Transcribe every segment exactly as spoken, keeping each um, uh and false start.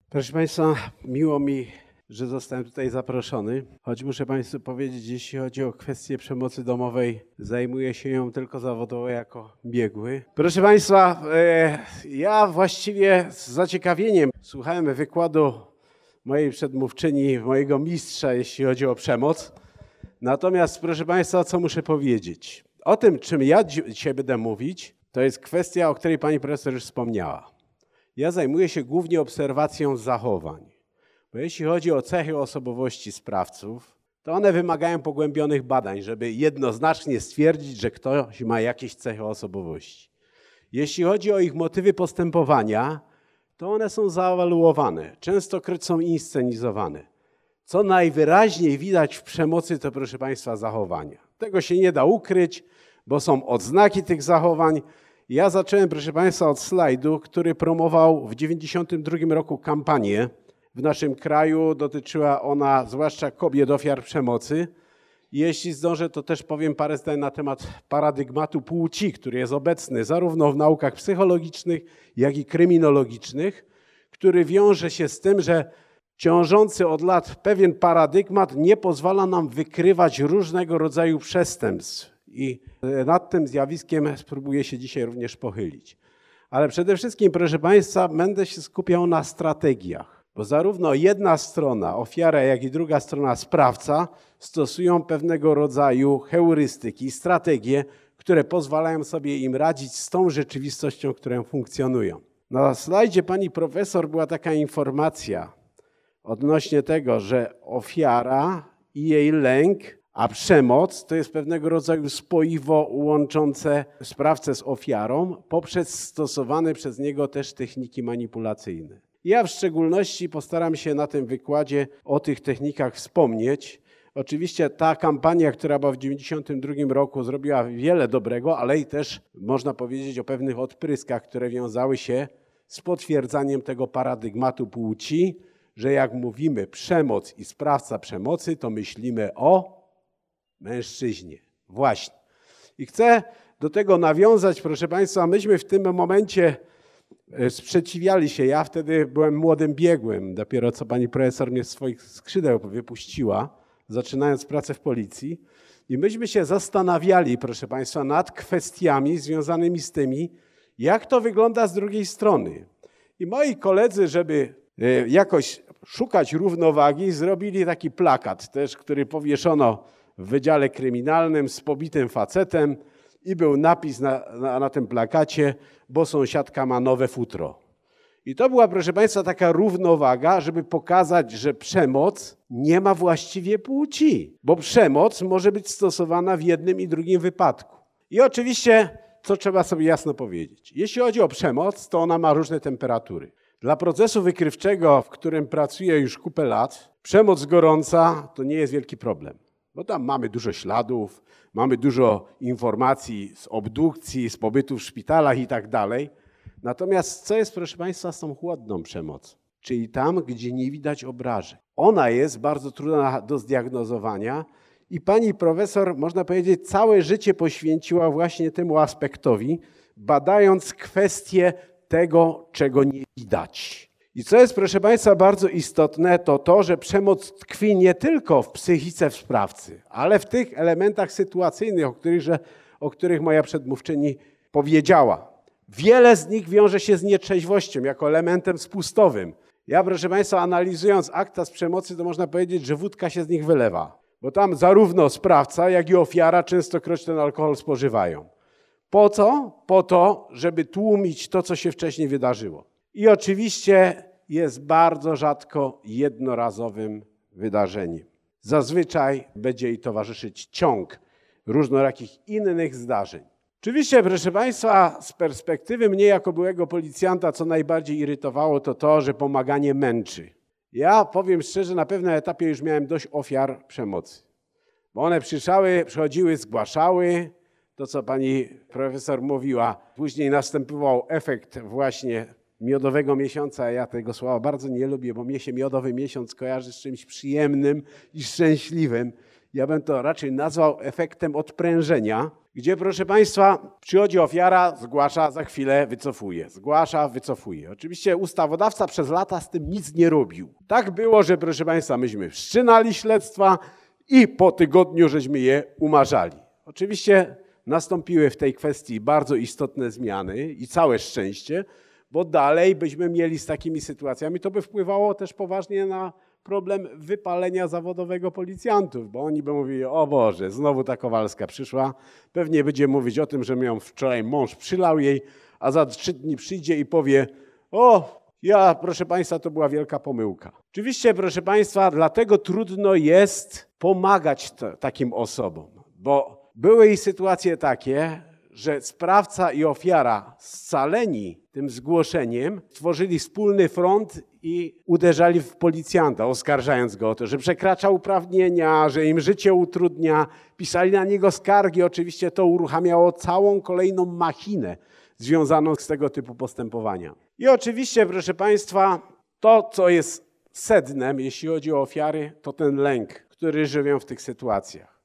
Proszę Państwa, miło mi, że zostałem tutaj zaproszony, choć muszę Państwu powiedzieć, jeśli chodzi o kwestię przemocy domowej, zajmuję się ją tylko zawodowo jako biegły. Proszę Państwa, e, ja właściwie z zaciekawieniem słuchałem wykładu mojej przedmówczyni, mojego mistrza, jeśli chodzi o przemoc. Natomiast, proszę Państwa, co muszę powiedzieć? O tym, czym ja dzisiaj będę mówić, to jest kwestia, o której pani profesor już wspomniała. Ja zajmuję się głównie obserwacją zachowań, bo jeśli chodzi o cechy osobowości sprawców, to one wymagają pogłębionych badań, żeby jednoznacznie stwierdzić, że ktoś ma jakieś cechy osobowości. Jeśli chodzi o ich motywy postępowania, to one są zaewaluowane, częstokroć są inscenizowane. Co najwyraźniej widać w przemocy, to proszę Państwa zachowania. Tego się nie da ukryć, bo są odznaki tych zachowań. Ja zacząłem, proszę Państwa, od slajdu, który promował w dziewięćdziesiątym drugim roku kampanię w naszym kraju. Dotyczyła ona zwłaszcza kobiet ofiar przemocy. Jeśli zdążę, to też powiem parę zdań na temat paradygmatu płci, który jest obecny zarówno w naukach psychologicznych, jak i kryminologicznych, który wiąże się z tym, że ciążący od lat pewien paradygmat nie pozwala nam wykrywać różnego rodzaju przestępstw. I nad tym zjawiskiem spróbuję się dzisiaj również pochylić. Ale przede wszystkim, proszę Państwa, będę się skupiał na strategiach, bo zarówno jedna strona, ofiara, jak i druga strona, sprawca, stosują pewnego rodzaju heurystyki, strategie, które pozwalają sobie im radzić z tą rzeczywistością, którą funkcjonują. Na slajdzie pani profesor była taka informacja odnośnie tego, że ofiara i jej lęk, a przemoc to jest pewnego rodzaju spoiwo łączące sprawcę z ofiarą poprzez stosowane przez niego też techniki manipulacyjne. Ja w szczególności postaram się na tym wykładzie o tych technikach wspomnieć. Oczywiście ta kampania, która była w dziewięćdziesiątym drugim roku, zrobiła wiele dobrego, ale i też można powiedzieć o pewnych odpryskach, które wiązały się z potwierdzaniem tego paradygmatu płci, że jak mówimy przemoc i sprawca przemocy, to myślimy o mężczyźnie. Właśnie. I chcę do tego nawiązać, proszę Państwa, myśmy w tym momencie sprzeciwiali się. Ja wtedy byłem młodym biegłym, dopiero co pani profesor mnie z swoich skrzydeł wypuściła, zaczynając pracę w policji. I myśmy się zastanawiali, proszę Państwa, nad kwestiami związanymi z tymi, jak to wygląda z drugiej strony. I moi koledzy, żeby jakoś szukać równowagi, zrobili taki plakat też, który powieszono w Wydziale Kryminalnym z pobitym facetem i był napis na, na, na tym plakacie, bo sąsiadka ma nowe futro. I to była, proszę Państwa, taka równowaga, żeby pokazać, że przemoc nie ma właściwie płci, bo przemoc może być stosowana w jednym i drugim wypadku. I oczywiście, co trzeba sobie jasno powiedzieć, jeśli chodzi o przemoc, to ona ma różne temperatury. Dla procesu wykrywczego, w którym pracuję już kupę lat, przemoc gorąca to nie jest wielki problem. Bo tam mamy dużo śladów, mamy dużo informacji z obdukcji, z pobytu w szpitalach i tak dalej. Natomiast co jest, proszę Państwa, z tą chłodną przemocą? Czyli tam, gdzie nie widać obrażeń. Ona jest bardzo trudna do zdiagnozowania i pani profesor, można powiedzieć, całe życie poświęciła właśnie temu aspektowi, badając kwestie tego, czego nie widać. I co jest, proszę Państwa, bardzo istotne, to to, że przemoc tkwi nie tylko w psychice sprawcy, ale w tych elementach sytuacyjnych, o których, że, o których moja przedmówczyni powiedziała. Wiele z nich wiąże się z nietrzeźwością, jako elementem spustowym. Ja, proszę Państwa, analizując akta z przemocy, to można powiedzieć, że wódka się z nich wylewa. Bo tam zarówno sprawca, jak i ofiara częstokroć ten alkohol spożywają. Po co? Po to, żeby tłumić to, co się wcześniej wydarzyło. I oczywiście jest bardzo rzadko jednorazowym wydarzeniem. Zazwyczaj będzie jej towarzyszyć ciąg różnorakich innych zdarzeń. Oczywiście, proszę Państwa, z perspektywy mnie jako byłego policjanta, co najbardziej irytowało, to to, że pomaganie męczy. Ja powiem szczerze, na pewnym etapie już miałem dość ofiar przemocy. Bo one przyszły, przychodziły, zgłaszały to, co pani profesor mówiła. Później następował efekt właśnie miodowego miesiąca. Ja tego słowa bardzo nie lubię, bo mnie się miodowy miesiąc kojarzy z czymś przyjemnym i szczęśliwym. Ja bym to raczej nazwał efektem odprężenia. gdzie, proszę Państwa, przychodzi ofiara, zgłasza, za chwilę wycofuje, zgłasza, wycofuje. Oczywiście ustawodawca przez lata z tym nic nie robił. Tak było, że, proszę Państwa, myśmy wszczynali śledztwa i po tygodniu żeśmy je umarzali. Oczywiście nastąpiły w tej kwestii bardzo istotne zmiany i całe szczęście, bo dalej byśmy mieli z takimi sytuacjami, to by wpływało też poważnie na problem wypalenia zawodowego policjantów, bo oni by mówili, o Boże, znowu ta Kowalska przyszła, pewnie będzie mówić o tym, że ją wczoraj mąż przylał jej, a za trzy dni przyjdzie i powie, o, ja, proszę Państwa, to była wielka pomyłka. Oczywiście, proszę Państwa, dlatego trudno jest pomagać t- takim osobom, bo były i sytuacje takie, że sprawca i ofiara scaleni tym zgłoszeniem tworzyli wspólny front i uderzali w policjanta, oskarżając go o to, że przekracza uprawnienia, że im życie utrudnia. Pisali na niego skargi. Oczywiście to uruchamiało całą kolejną machinę związaną z tego typu postępowania. I oczywiście, proszę Państwa, to, co jest sednem, jeśli chodzi o ofiary, to ten lęk, który żywią w tych sytuacjach.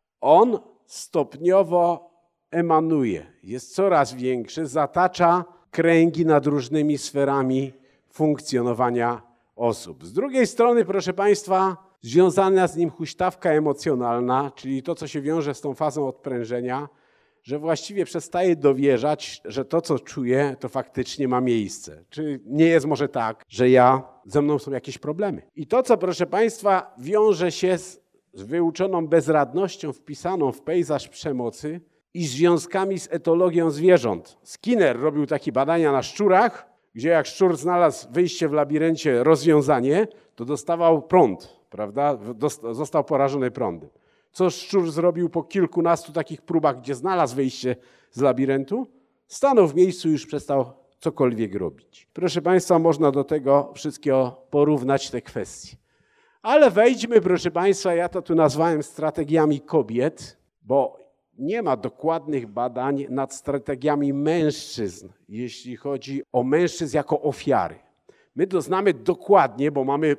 On stopniowo emanuje, jest coraz większy, zatacza kręgi nad różnymi sferami funkcjonowania osób. Z drugiej strony, proszę Państwa, związana z nim huśtawka emocjonalna, czyli to, co się wiąże z tą fazą odprężenia, że właściwie przestaje dowierzać, że to, co czuje, to faktycznie ma miejsce. Czy nie jest może tak, że ja, ze mną są jakieś problemy. I to, co, proszę Państwa, wiąże się z, z wyuczoną bezradnością wpisaną w pejzaż przemocy i związkami z etologią zwierząt. Skinner robił takie badania na szczurach, gdzie jak szczur znalazł wyjście w labiryncie, rozwiązanie, to dostawał prąd, prawda? Został porażony prądem. Co szczur zrobił po kilkunastu takich próbach, gdzie znalazł wyjście z labiryntu? Stanął w miejscu i już przestał cokolwiek robić. Proszę Państwa, można do tego wszystkiego porównać te kwestie. Ale wejdźmy, proszę Państwa, ja to tu nazwałem strategiami kobiet, bo nie ma dokładnych badań nad strategiami mężczyzn, jeśli chodzi o mężczyzn jako ofiary. My to znamy dokładnie, bo mamy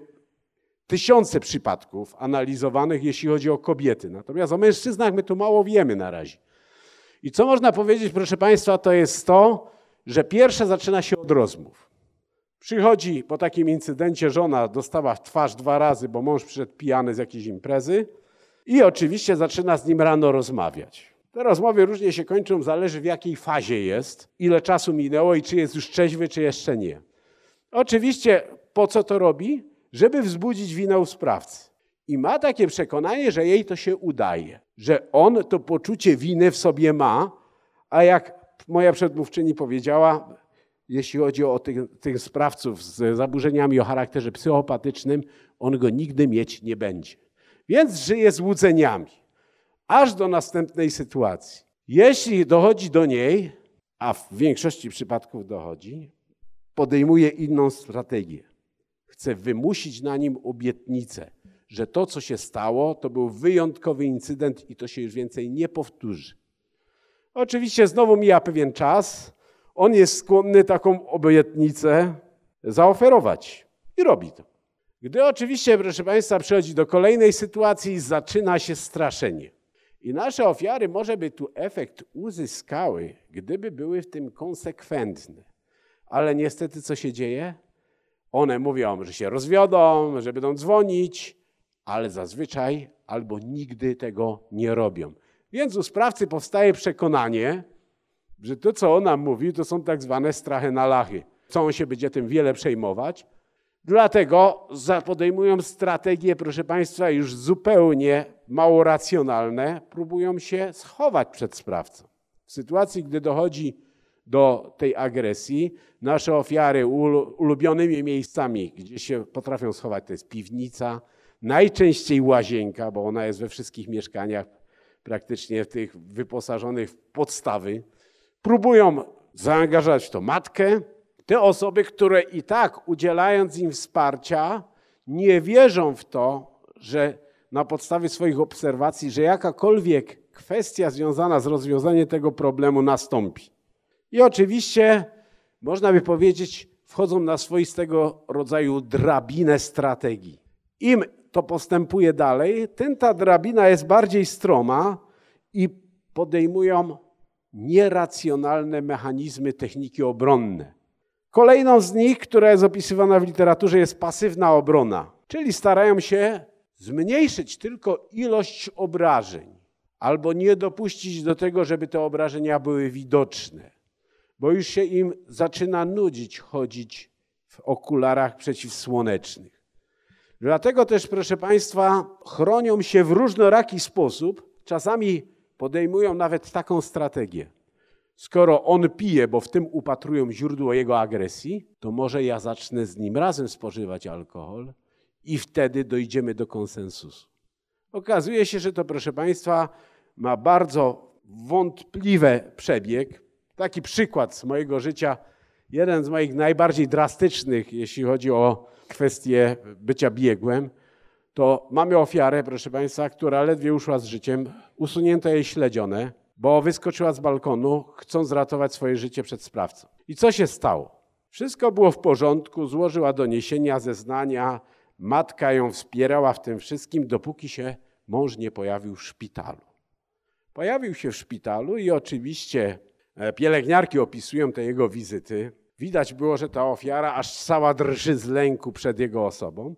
tysiące przypadków analizowanych, jeśli chodzi o kobiety. Natomiast o mężczyznach my tu mało wiemy na razie. I co można powiedzieć, proszę Państwa, to jest to, że pierwsze zaczyna się od rozmów. Przychodzi po takim incydencie żona, dostała w twarz dwa razy, bo mąż przyszedł pijany z jakiejś imprezy i oczywiście zaczyna z nim rano rozmawiać. Te rozmowy różnie się kończą, zależy w jakiej fazie jest, ile czasu minęło i czy jest już trzeźwy, czy jeszcze nie. Oczywiście po co to robi? Żeby wzbudzić winę u sprawcy. I ma takie przekonanie, że jej to się udaje, że on to poczucie winy w sobie ma, a jak moja przedmówczyni powiedziała, jeśli chodzi o tych, tych sprawców z zaburzeniami o charakterze psychopatycznym, on go nigdy mieć nie będzie. Więc żyje złudzeniami, aż do następnej sytuacji. Jeśli dochodzi do niej, a w większości przypadków dochodzi, podejmuje inną strategię. Chce wymusić na nim obietnicę, że to, co się stało, to był wyjątkowy incydent i to się już więcej nie powtórzy. Oczywiście znowu mija pewien czas, on jest skłonny taką obietnicę zaoferować i robi to. Gdy oczywiście, proszę Państwa, przychodzi do kolejnej sytuacji, zaczyna się straszenie. I nasze ofiary może by tu efekt uzyskały, gdyby były w tym konsekwentne. Ale niestety co się dzieje? One mówią, że się rozwiodą, że będą dzwonić, ale zazwyczaj albo nigdy tego nie robią. Więc u sprawcy powstaje przekonanie, że to, co ona mówi, to są tak zwane strachy na lachy. Co on się będzie tym wiele przejmować. Dlatego podejmują strategie, proszę Państwa, już zupełnie mało racjonalne, próbują się schować przed sprawcą. W sytuacji, gdy dochodzi do tej agresji, nasze ofiary ulubionymi miejscami, gdzie się potrafią schować, to jest piwnica, najczęściej łazienka, bo ona jest we wszystkich mieszkaniach, praktycznie w tych wyposażonych w podstawy. Próbują zaangażować w to matkę. Te osoby, które i tak udzielając im wsparcia, nie wierzą w to, że na podstawie swoich obserwacji, że jakakolwiek kwestia związana z rozwiązaniem tego problemu nastąpi. I oczywiście, można by powiedzieć, wchodzą na swoistego rodzaju drabinę strategii. Im to postępuje dalej, tym ta drabina jest bardziej stroma i podejmują nieracjonalne mechanizmy techniki obronne. Kolejną z nich, która jest opisywana w literaturze, jest pasywna obrona, czyli starają się zmniejszyć tylko ilość obrażeń albo nie dopuścić do tego, żeby te obrażenia były widoczne, bo już się im zaczyna nudzić chodzić w okularach przeciwsłonecznych. Dlatego też, proszę Państwa, chronią się w różnoraki sposób, czasami podejmują nawet taką strategię. Skoro on pije, bo w tym upatrują źródło jego agresji, to może ja zacznę z nim razem spożywać alkohol i wtedy dojdziemy do konsensusu. Okazuje się, że to, proszę Państwa, ma bardzo wątpliwy przebieg. Taki przykład z mojego życia, jeden z moich najbardziej drastycznych, jeśli chodzi o kwestię bycia biegłym, to mamy ofiarę, proszę Państwa, która ledwie uszła z życiem, usunięto jej śledzione, bo wyskoczyła z balkonu, chcąc ratować swoje życie przed sprawcą. I co się stało? Wszystko było w porządku, złożyła doniesienia, zeznania, matka ją wspierała w tym wszystkim, dopóki się mąż nie pojawił w szpitalu. Pojawił się w szpitalu i oczywiście pielęgniarki opisują te jego wizyty. Widać było, że ta ofiara aż cała drży z lęku przed jego osobą.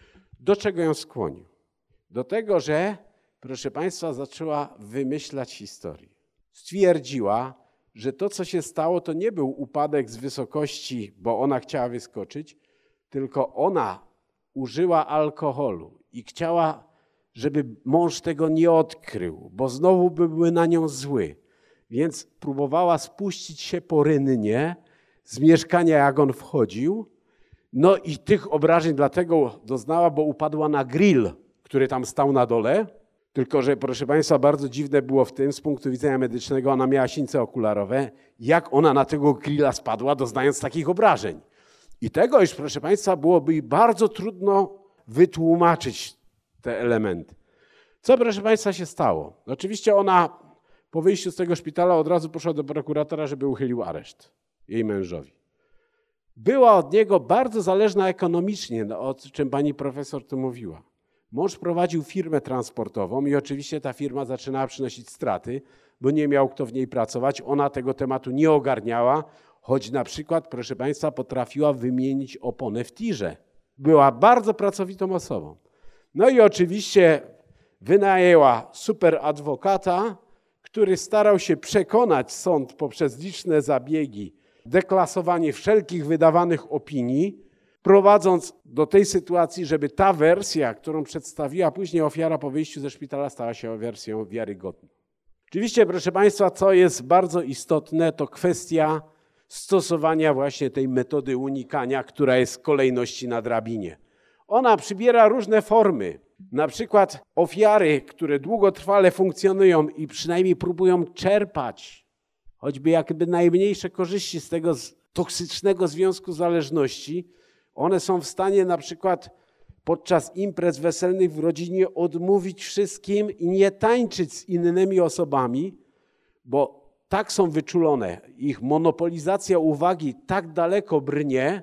Do czego ją skłonił? Do tego, że, proszę Państwa, zaczęła wymyślać historię. Stwierdziła, że to, co się stało, to nie był upadek z wysokości, bo ona chciała wyskoczyć, tylko ona użyła alkoholu i chciała, żeby mąż tego nie odkrył, bo znowu by był na nią zły. Więc próbowała spuścić się po rynnie z mieszkania, jak on wchodził. No i tych obrażeń dlatego doznała, bo upadła na grill, który tam stał na dole. Tylko że, proszę Państwa, bardzo dziwne było w tym, z punktu widzenia medycznego, ona miała sińce okularowe, jak ona na tego grilla spadła, doznając takich obrażeń. I tego już, proszę Państwa, byłoby bardzo trudno wytłumaczyć te elementy. Co, proszę Państwa, się stało? Oczywiście ona po wyjściu z tego szpitala od razu poszła do prokuratora, żeby uchylił areszt jej mężowi. Była od niego bardzo zależna ekonomicznie, no, o czym pani profesor tu mówiła. Mąż prowadził firmę transportową i oczywiście ta firma zaczynała przynosić straty, bo nie miał kto w niej pracować. Ona tego tematu nie ogarniała, choć na przykład, proszę Państwa, potrafiła wymienić oponę w tirze. Była bardzo pracowitą osobą. No i oczywiście wynajęła super adwokata, który starał się przekonać sąd poprzez liczne zabiegi, deklasowanie wszelkich wydawanych opinii, prowadząc do tej sytuacji, żeby ta wersja, którą przedstawiła później ofiara po wyjściu ze szpitala, stała się wersją wiarygodną. Oczywiście, proszę Państwa, co jest bardzo istotne, to kwestia stosowania właśnie tej metody unikania, która jest w kolejności na drabinie. Ona przybiera różne formy. Na przykład ofiary, które długotrwale funkcjonują i przynajmniej próbują czerpać choćby jakby najmniejsze korzyści z tego toksycznego związku zależności, one są w stanie na przykład podczas imprez weselnych w rodzinie odmówić wszystkim i nie tańczyć z innymi osobami, bo tak są wyczulone. Ich monopolizacja uwagi tak daleko brnie,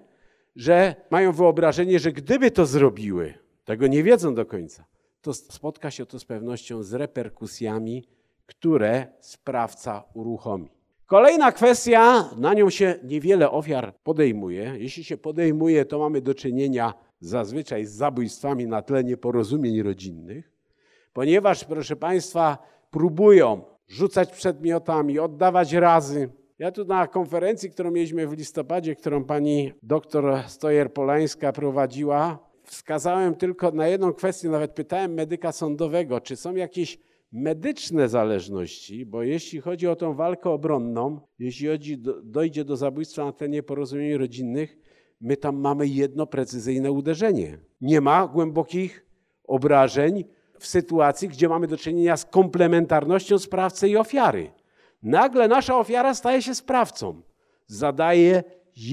że mają wyobrażenie, że gdyby to zrobiły, tego nie wiedzą do końca, to spotka się to z pewnością z reperkusjami, które sprawca uruchomi. Kolejna kwestia, na nią się niewiele ofiar podejmuje. Jeśli się podejmuje, to mamy do czynienia zazwyczaj z zabójstwami na tle nieporozumień rodzinnych, ponieważ, proszę Państwa, próbują rzucać przedmiotami, oddawać razy. Ja tu na konferencji, którą mieliśmy w listopadzie, którą pani doktor Stojer-Polańska prowadziła, wskazałem tylko na jedną kwestię, nawet pytałem medyka sądowego, czy są jakieś medyczne zależności, bo jeśli chodzi o tą walkę obronną, jeśli chodzi, do, dojdzie do zabójstwa na tle nieporozumień rodzinnych, my tam mamy jedno precyzyjne uderzenie. Nie ma głębokich obrażeń w sytuacji, gdzie mamy do czynienia z komplementarnością sprawcy i ofiary. Nagle nasza ofiara staje się sprawcą. Zadaje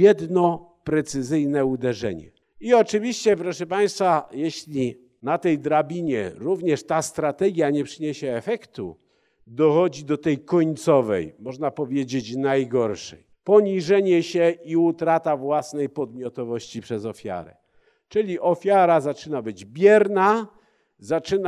jedno precyzyjne uderzenie. I oczywiście, proszę Państwa, jeśli na tej drabinie również ta strategia nie przyniesie efektu, dochodzi do tej końcowej, można powiedzieć najgorszej. Poniżenie się i utrata własnej podmiotowości przez ofiarę. Czyli ofiara zaczyna być bierna, zaczyna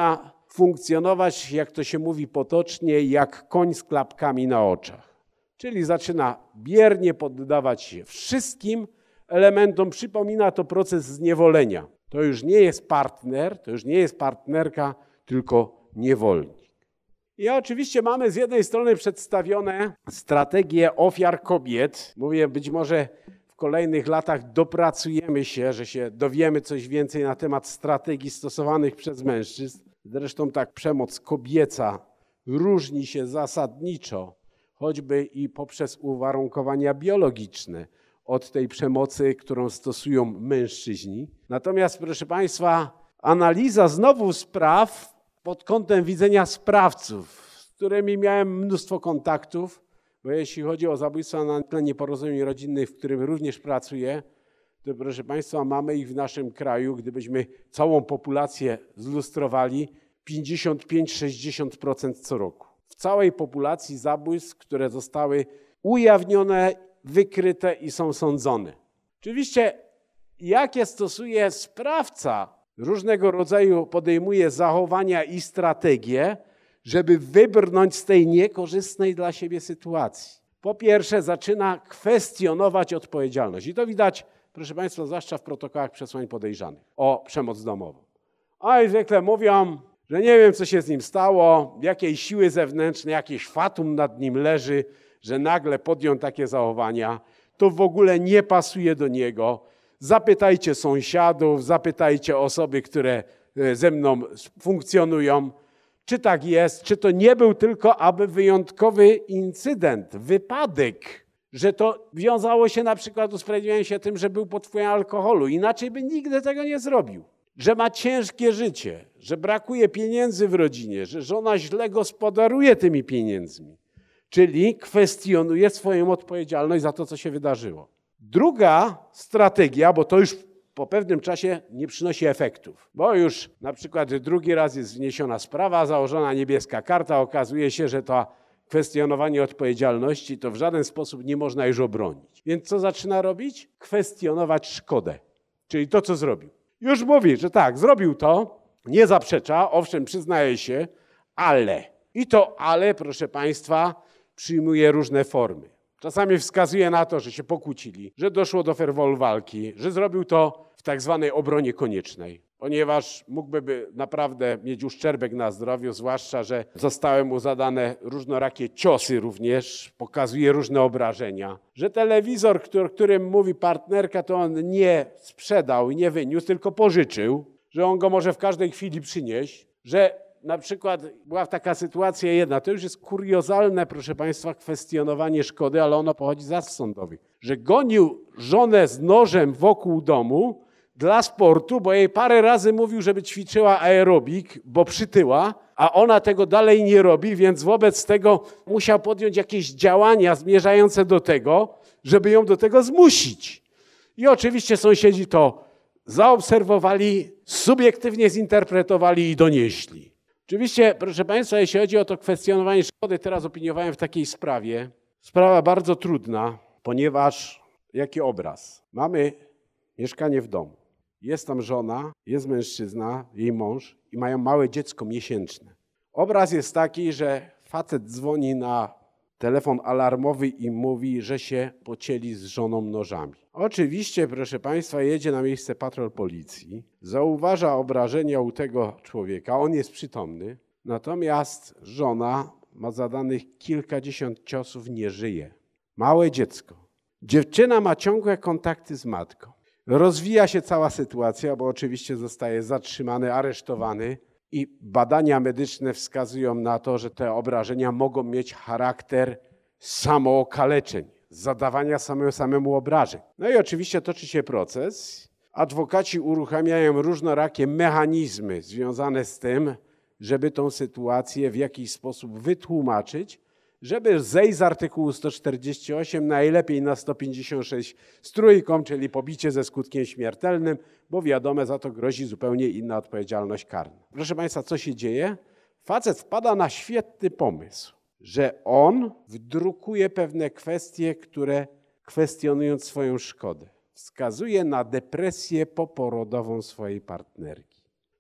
funkcjonować, jak to się mówi potocznie, jak koń z klapkami na oczach. Czyli zaczyna biernie poddawać się wszystkim elementom. Przypomina to proces zniewolenia. To już nie jest partner, to już nie jest partnerka, tylko niewolnik. I oczywiście mamy z jednej strony przedstawione strategie ofiar kobiet. Mówię, być może w kolejnych latach dopracujemy się, że się dowiemy coś więcej na temat strategii stosowanych przez mężczyzn. Zresztą tak przemoc kobieca różni się zasadniczo, choćby i poprzez uwarunkowania biologiczne, od tej przemocy, którą stosują mężczyźni. Natomiast, proszę Państwa, analiza znowu spraw pod kątem widzenia sprawców, z którymi miałem mnóstwo kontaktów, bo jeśli chodzi o zabójstwa na tle nieporozumień rodzinnych, w którym również pracuję, to proszę Państwa, mamy ich w naszym kraju, gdybyśmy całą populację zlustrowali, pięćdziesiąt pięć do sześćdziesięciu procent co roku. W całej populacji zabójstw, które zostały ujawnione, wykryte i są sądzone. Oczywiście, jakie stosuje sprawca, różnego rodzaju podejmuje zachowania i strategie, żeby wybrnąć z tej niekorzystnej dla siebie sytuacji. Po pierwsze, zaczyna kwestionować odpowiedzialność. I to widać, proszę Państwa, zwłaszcza w protokołach przesłań podejrzanych o przemoc domową. A i zwykle mówią, że nie wiem, co się z nim stało, jakiej siły zewnętrznej, jakieś fatum nad nim leży, że nagle podjął takie zachowania. To w ogóle nie pasuje do niego. Zapytajcie sąsiadów, zapytajcie osoby, które ze mną funkcjonują, czy tak jest, czy to nie był tylko aby wyjątkowy incydent, wypadek, że to wiązało się na przykład, usprawiedliwiając się tym, że był pod wpływem alkoholu. Inaczej by nigdy tego nie zrobił. Że ma ciężkie życie, że brakuje pieniędzy w rodzinie, że żona źle gospodaruje tymi pieniędzmi. Czyli kwestionuje swoją odpowiedzialność za to, co się wydarzyło. Druga strategia, bo to już po pewnym czasie nie przynosi efektów, bo już na przykład drugi raz jest wniesiona sprawa, założona niebieska karta, okazuje się, że to kwestionowanie odpowiedzialności to w żaden sposób nie można już obronić. Więc co zaczyna robić? Kwestionować szkodę, czyli to, co zrobił. Już mówi, że tak, zrobił to, nie zaprzecza, owszem, przyznaje się, ale. I to ale, proszę Państwa, przyjmuje różne formy. Czasami wskazuje na to, że się pokłócili, że doszło do ferworu walki, że zrobił to w tak zwanej obronie koniecznej, ponieważ mógłby naprawdę mieć uszczerbek na zdrowiu, zwłaszcza, że zostały mu zadane różnorakie ciosy również, pokazuje różne obrażenia, że telewizor, o którym mówi partnerka, to on nie sprzedał i nie wyniósł, tylko pożyczył, że on go może w każdej chwili przynieść, że na przykład była taka sytuacja jedna, to już jest kuriozalne, proszę Państwa, kwestionowanie szkody, ale ono pochodzi z zasad sądowych, że gonił żonę z nożem wokół domu dla sportu, bo jej parę razy mówił, żeby ćwiczyła aerobik, bo przytyła, a ona tego dalej nie robi, więc wobec tego musiał podjąć jakieś działania zmierzające do tego, żeby ją do tego zmusić. I oczywiście sąsiedzi to zaobserwowali, subiektywnie zinterpretowali i donieśli. Oczywiście, proszę Państwa, jeśli chodzi o to kwestionowanie szkody, teraz opiniowałem w takiej sprawie. Sprawa bardzo trudna, ponieważ jaki obraz? Mamy mieszkanie w domu. Jest tam żona, jest mężczyzna, jej mąż i mają małe dziecko miesięczne. Obraz jest taki, że facet dzwoni na telefon alarmowy i mówi, że się pocięli z żoną nożami. Oczywiście, proszę Państwa, jedzie na miejsce patrol policji, zauważa obrażenia u tego człowieka, on jest przytomny, natomiast żona ma zadanych kilkadziesiąt ciosów, nie żyje. Małe dziecko. Dziewczyna ma ciągłe kontakty z matką. Rozwija się cała sytuacja, bo oczywiście zostaje zatrzymany, aresztowany i badania medyczne wskazują na to, że te obrażenia mogą mieć charakter samookaleczeń, zadawania samemu, samemu obrażeń. No i oczywiście toczy się proces. Adwokaci uruchamiają różnorakie mechanizmy związane z tym, żeby tą sytuację w jakiś sposób wytłumaczyć, żeby zejść z artykułu sto czterdzieści osiem, najlepiej na sto pięćdziesiąt sześć z trójką, czyli pobicie ze skutkiem śmiertelnym, bo wiadomo, za to grozi zupełnie inna odpowiedzialność karna. Proszę Państwa, co się dzieje? Facet wpada na świetny pomysł, że on wdrukuje pewne kwestie, które kwestionując swoją szkodę, wskazuje na depresję poporodową swojej partnerki.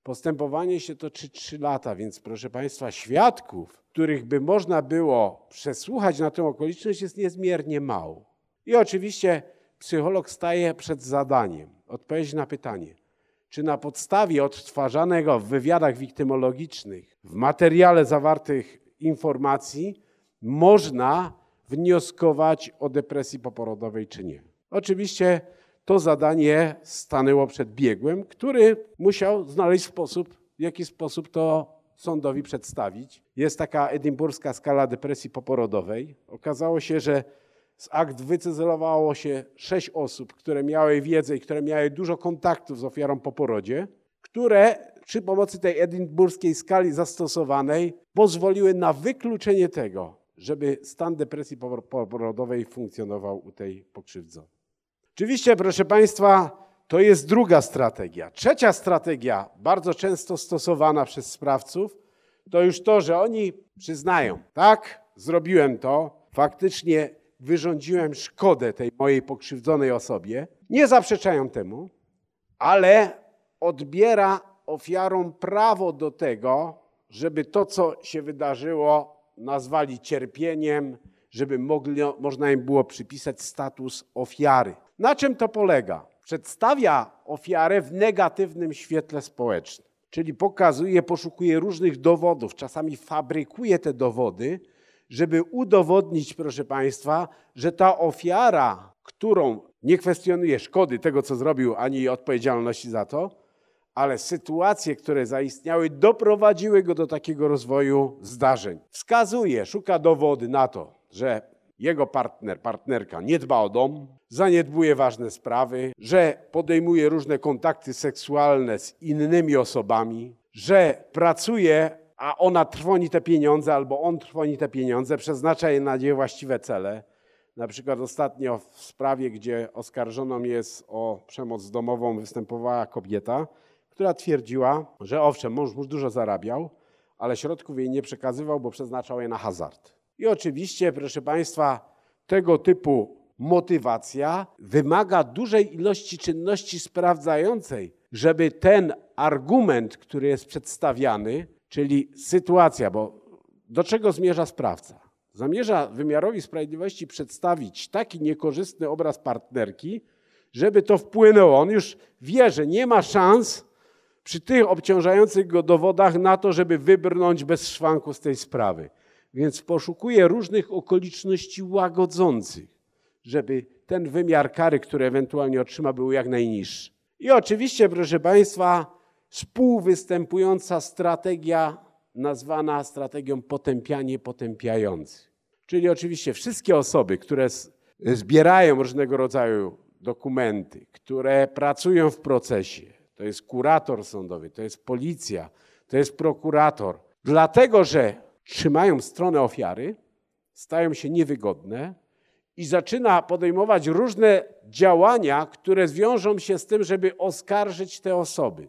Postępowanie się toczy trzy lata, więc proszę Państwa, świadków, których by można było przesłuchać na tę okoliczność, jest niezmiernie mało. I oczywiście psycholog staje przed zadaniem odpowiedzi na pytanie, czy na podstawie odtwarzanego w wywiadach wiktymologicznych, w materiale zawartych informacji można wnioskować o depresji poporodowej, czy nie. Oczywiście to zadanie stanęło przed biegłym, który musiał znaleźć sposób, w jaki sposób to sądowi przedstawić. Jest taka edynburska skala depresji poporodowej. Okazało się, że z akt wycyzelowało się sześć osób, które miały wiedzę i które miały dużo kontaktów z ofiarą po porodzie, które przy pomocy tej edynburskiej skali zastosowanej pozwoliły na wykluczenie tego, żeby stan depresji poporodowej funkcjonował u tej pokrzywdzonej. Oczywiście, proszę Państwa, to jest druga strategia. Trzecia strategia, bardzo często stosowana przez sprawców, to już to, że oni przyznają, tak, zrobiłem to, faktycznie wyrządziłem szkodę tej mojej pokrzywdzonej osobie, nie zaprzeczają temu, ale odbiera ofiarom prawo do tego, żeby to, co się wydarzyło, nazwali cierpieniem, żeby mogli, można im było przypisać status ofiary. Na czym to polega? Przedstawia ofiarę w negatywnym świetle społecznym, czyli pokazuje, poszukuje różnych dowodów, czasami fabrykuje te dowody, żeby udowodnić, proszę Państwa, że ta ofiara, którą nie kwestionuje szkody tego, co zrobił, ani odpowiedzialności za to, ale sytuacje, które zaistniały, doprowadziły go do takiego rozwoju zdarzeń. Wskazuje, szuka dowody na to, że jego partner, partnerka nie dba o dom, zaniedbuje ważne sprawy, że podejmuje różne kontakty seksualne z innymi osobami, że pracuje, a ona trwoni te pieniądze albo on trwoni te pieniądze, przeznacza je na niewłaściwe cele. Na przykład ostatnio w sprawie, gdzie oskarżoną jest o przemoc domową, występowała kobieta, która twierdziła, że owszem, mąż mu dużo zarabiał, ale środków jej nie przekazywał, bo przeznaczał je na hazard. I oczywiście, proszę Państwa, tego typu motywacja wymaga dużej ilości czynności sprawdzającej, żeby ten argument, który jest przedstawiany, czyli sytuacja, bo do czego zmierza sprawca? Zamierza wymiarowi sprawiedliwości przedstawić taki niekorzystny obraz partnerki, żeby to wpłynęło. On już wie, że nie ma szans przy tych obciążających go dowodach na to, żeby wybrnąć bez szwanku z tej sprawy. Więc poszukuje różnych okoliczności łagodzących, żeby ten wymiar kary, który ewentualnie otrzyma, był jak najniższy. I oczywiście, proszę Państwa, współwystępująca strategia nazwana strategią potępianie potępiających. Czyli oczywiście wszystkie osoby, które zbierają różnego rodzaju dokumenty, które pracują w procesie, to jest kurator sądowy, to jest policja, to jest prokurator, dlatego że trzymają stronę ofiary, stają się niewygodne i zaczyna podejmować różne działania, które zwiążą się z tym, żeby oskarżyć te osoby,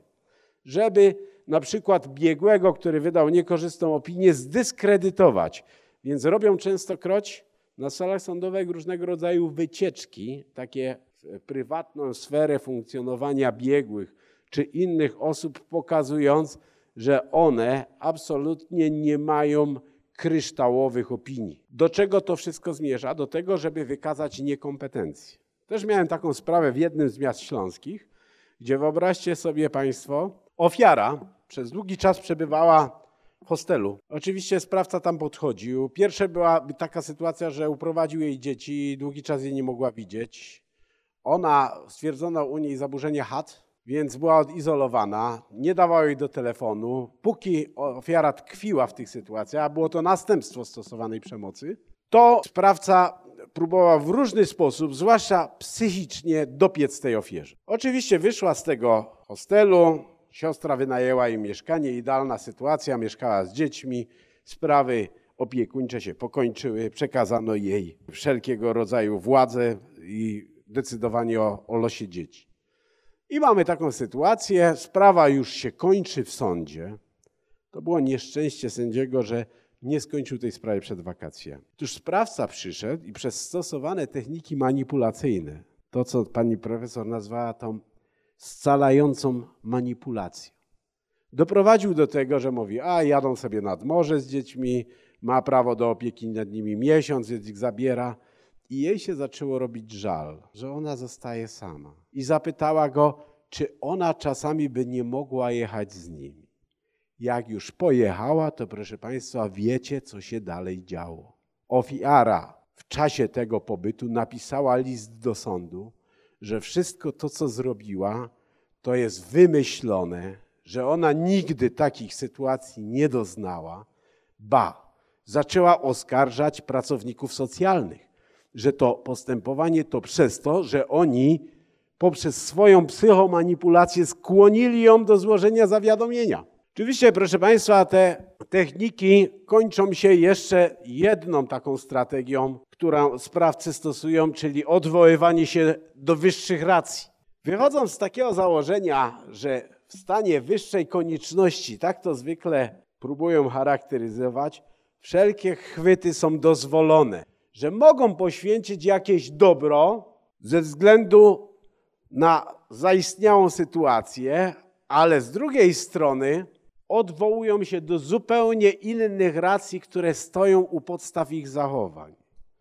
żeby na przykład biegłego, który wydał niekorzystną opinię, zdyskredytować. Więc robią częstokroć na salach sądowych różnego rodzaju wycieczki, takie w prywatną sferę funkcjonowania biegłych czy innych osób, pokazując, że one absolutnie nie mają kryształowych opinii. Do czego to wszystko zmierza? Do tego, żeby wykazać niekompetencję. Też miałem taką sprawę w jednym z miast śląskich, gdzie wyobraźcie sobie Państwo, ofiara przez długi czas przebywała w hostelu. Oczywiście sprawca tam podchodził. Pierwsza była taka sytuacja, że uprowadził jej dzieci, długi czas jej nie mogła widzieć. Ona, stwierdzono u niej zaburzenie H A T, więc była odizolowana, nie dawało jej do telefonu. Póki ofiara tkwiła w tych sytuacjach, a było to następstwo stosowanej przemocy, to sprawca próbował w różny sposób, zwłaszcza psychicznie, dopiec tej ofierze. Oczywiście wyszła z tego hostelu, siostra wynajęła jej mieszkanie, idealna sytuacja, mieszkała z dziećmi, sprawy opiekuńcze się pokończyły, przekazano jej wszelkiego rodzaju władzę i decydowanie o, o losie dzieci. I mamy taką sytuację, sprawa już się kończy w sądzie. To było nieszczęście sędziego, że nie skończył tej sprawy przed wakacjami. Otóż sprawca przyszedł i przez stosowane techniki manipulacyjne, to co pani profesor nazwała tą scalającą manipulacją, doprowadził do tego, że mówi, a jadą sobie nad morze z dziećmi, ma prawo do opieki nad nimi miesiąc, więc ich zabiera. I jej się zaczęło robić żal, że ona zostaje sama. I zapytała go, czy ona czasami by nie mogła jechać z nim. Jak już pojechała, to proszę Państwa, wiecie, co się dalej działo. Ofiara w czasie tego pobytu napisała list do sądu, że wszystko to, co zrobiła, to jest wymyślone, że ona nigdy takich sytuacji nie doznała. Ba, zaczęła oskarżać pracowników socjalnych, że to postępowanie to przez to, że oni poprzez swoją psychomanipulację skłonili ją do złożenia zawiadomienia. Oczywiście, proszę Państwa, te techniki kończą się jeszcze jedną taką strategią, którą sprawcy stosują, czyli odwoływanie się do wyższych racji. Wychodząc z takiego założenia, że w stanie wyższej konieczności, tak to zwykle próbują charakteryzować, wszelkie chwyty są dozwolone, że mogą poświęcić jakieś dobro ze względu na zaistniałą sytuację, ale z drugiej strony odwołują się do zupełnie innych racji, które stoją u podstaw ich zachowań.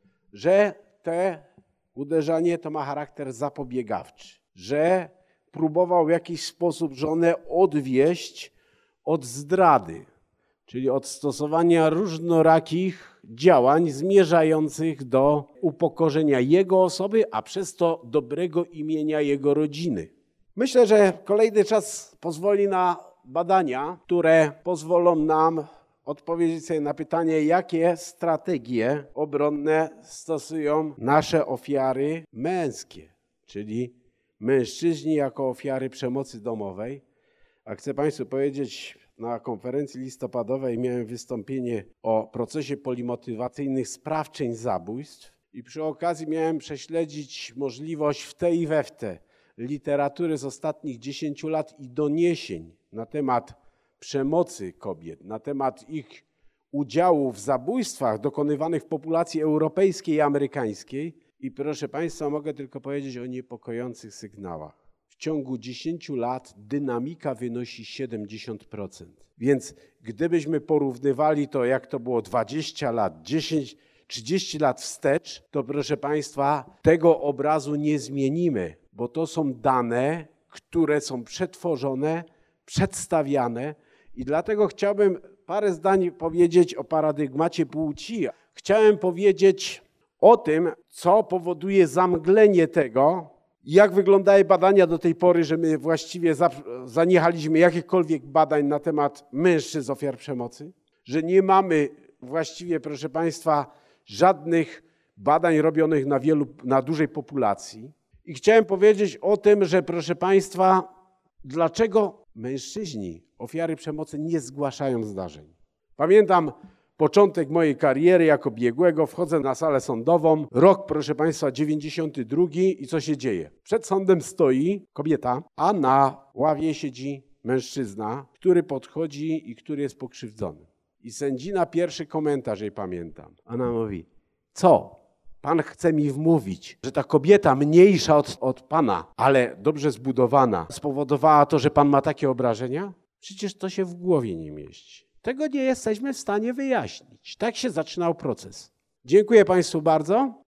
Że te uderzenie to ma charakter zapobiegawczy, że próbował w jakiś sposób żonę odwieść od zdrady, czyli od stosowania różnorakich działań zmierzających do upokorzenia jego osoby, a przez to dobrego imienia jego rodziny. Myślę, że kolejny czas pozwoli na badania, które pozwolą nam odpowiedzieć sobie na pytanie, jakie strategie obronne stosują nasze ofiary męskie, czyli mężczyźni jako ofiary przemocy domowej. A chcę Państwu powiedzieć, na konferencji listopadowej miałem wystąpienie o procesie polimotywacyjnych sprawczeń zabójstw i przy okazji miałem prześledzić możliwość w te i we w te literatury z ostatnich dziesięciu lat i doniesień na temat przemocy kobiet, na temat ich udziału w zabójstwach dokonywanych w populacji europejskiej i amerykańskiej. I proszę Państwa, mogę tylko powiedzieć o niepokojących sygnałach. W ciągu dziesięciu lat dynamika wynosi siedemdziesiąt procent. Więc gdybyśmy porównywali to, jak to było dwadzieścia lat, dziesięć, trzydzieści lat wstecz, to proszę Państwa, tego obrazu nie zmienimy, bo to są dane, które są przetworzone, przedstawiane i dlatego chciałbym parę zdań powiedzieć o paradygmacie płci. Chciałem powiedzieć o tym, co powoduje zamglenie tego, jak wyglądały badania do tej pory, że my właściwie zaniechaliśmy jakichkolwiek badań na temat mężczyzn ofiar przemocy, że nie mamy właściwie, proszę Państwa, żadnych badań robionych na wielu, na dużej populacji. I chciałem powiedzieć o tym, że proszę Państwa, dlaczego mężczyźni, ofiary przemocy nie zgłaszają zdarzeń. Pamiętam początek mojej kariery jako biegłego, wchodzę na salę sądową, rok, proszę Państwa, dziewięćdziesiąty drugi i co się dzieje? Przed sądem stoi kobieta, a na ławie siedzi mężczyzna, który podchodzi i który jest pokrzywdzony. I sędzina pierwszy komentarz jej pamiętam. Ona mówi, co? Pan chce mi wmówić, że ta kobieta mniejsza od, od Pana, ale dobrze zbudowana, spowodowała to, że Pan ma takie obrażenia? Przecież to się w głowie nie mieści. Tego nie jesteśmy w stanie wyjaśnić. Tak się zaczynał proces. Dziękuję Państwu bardzo.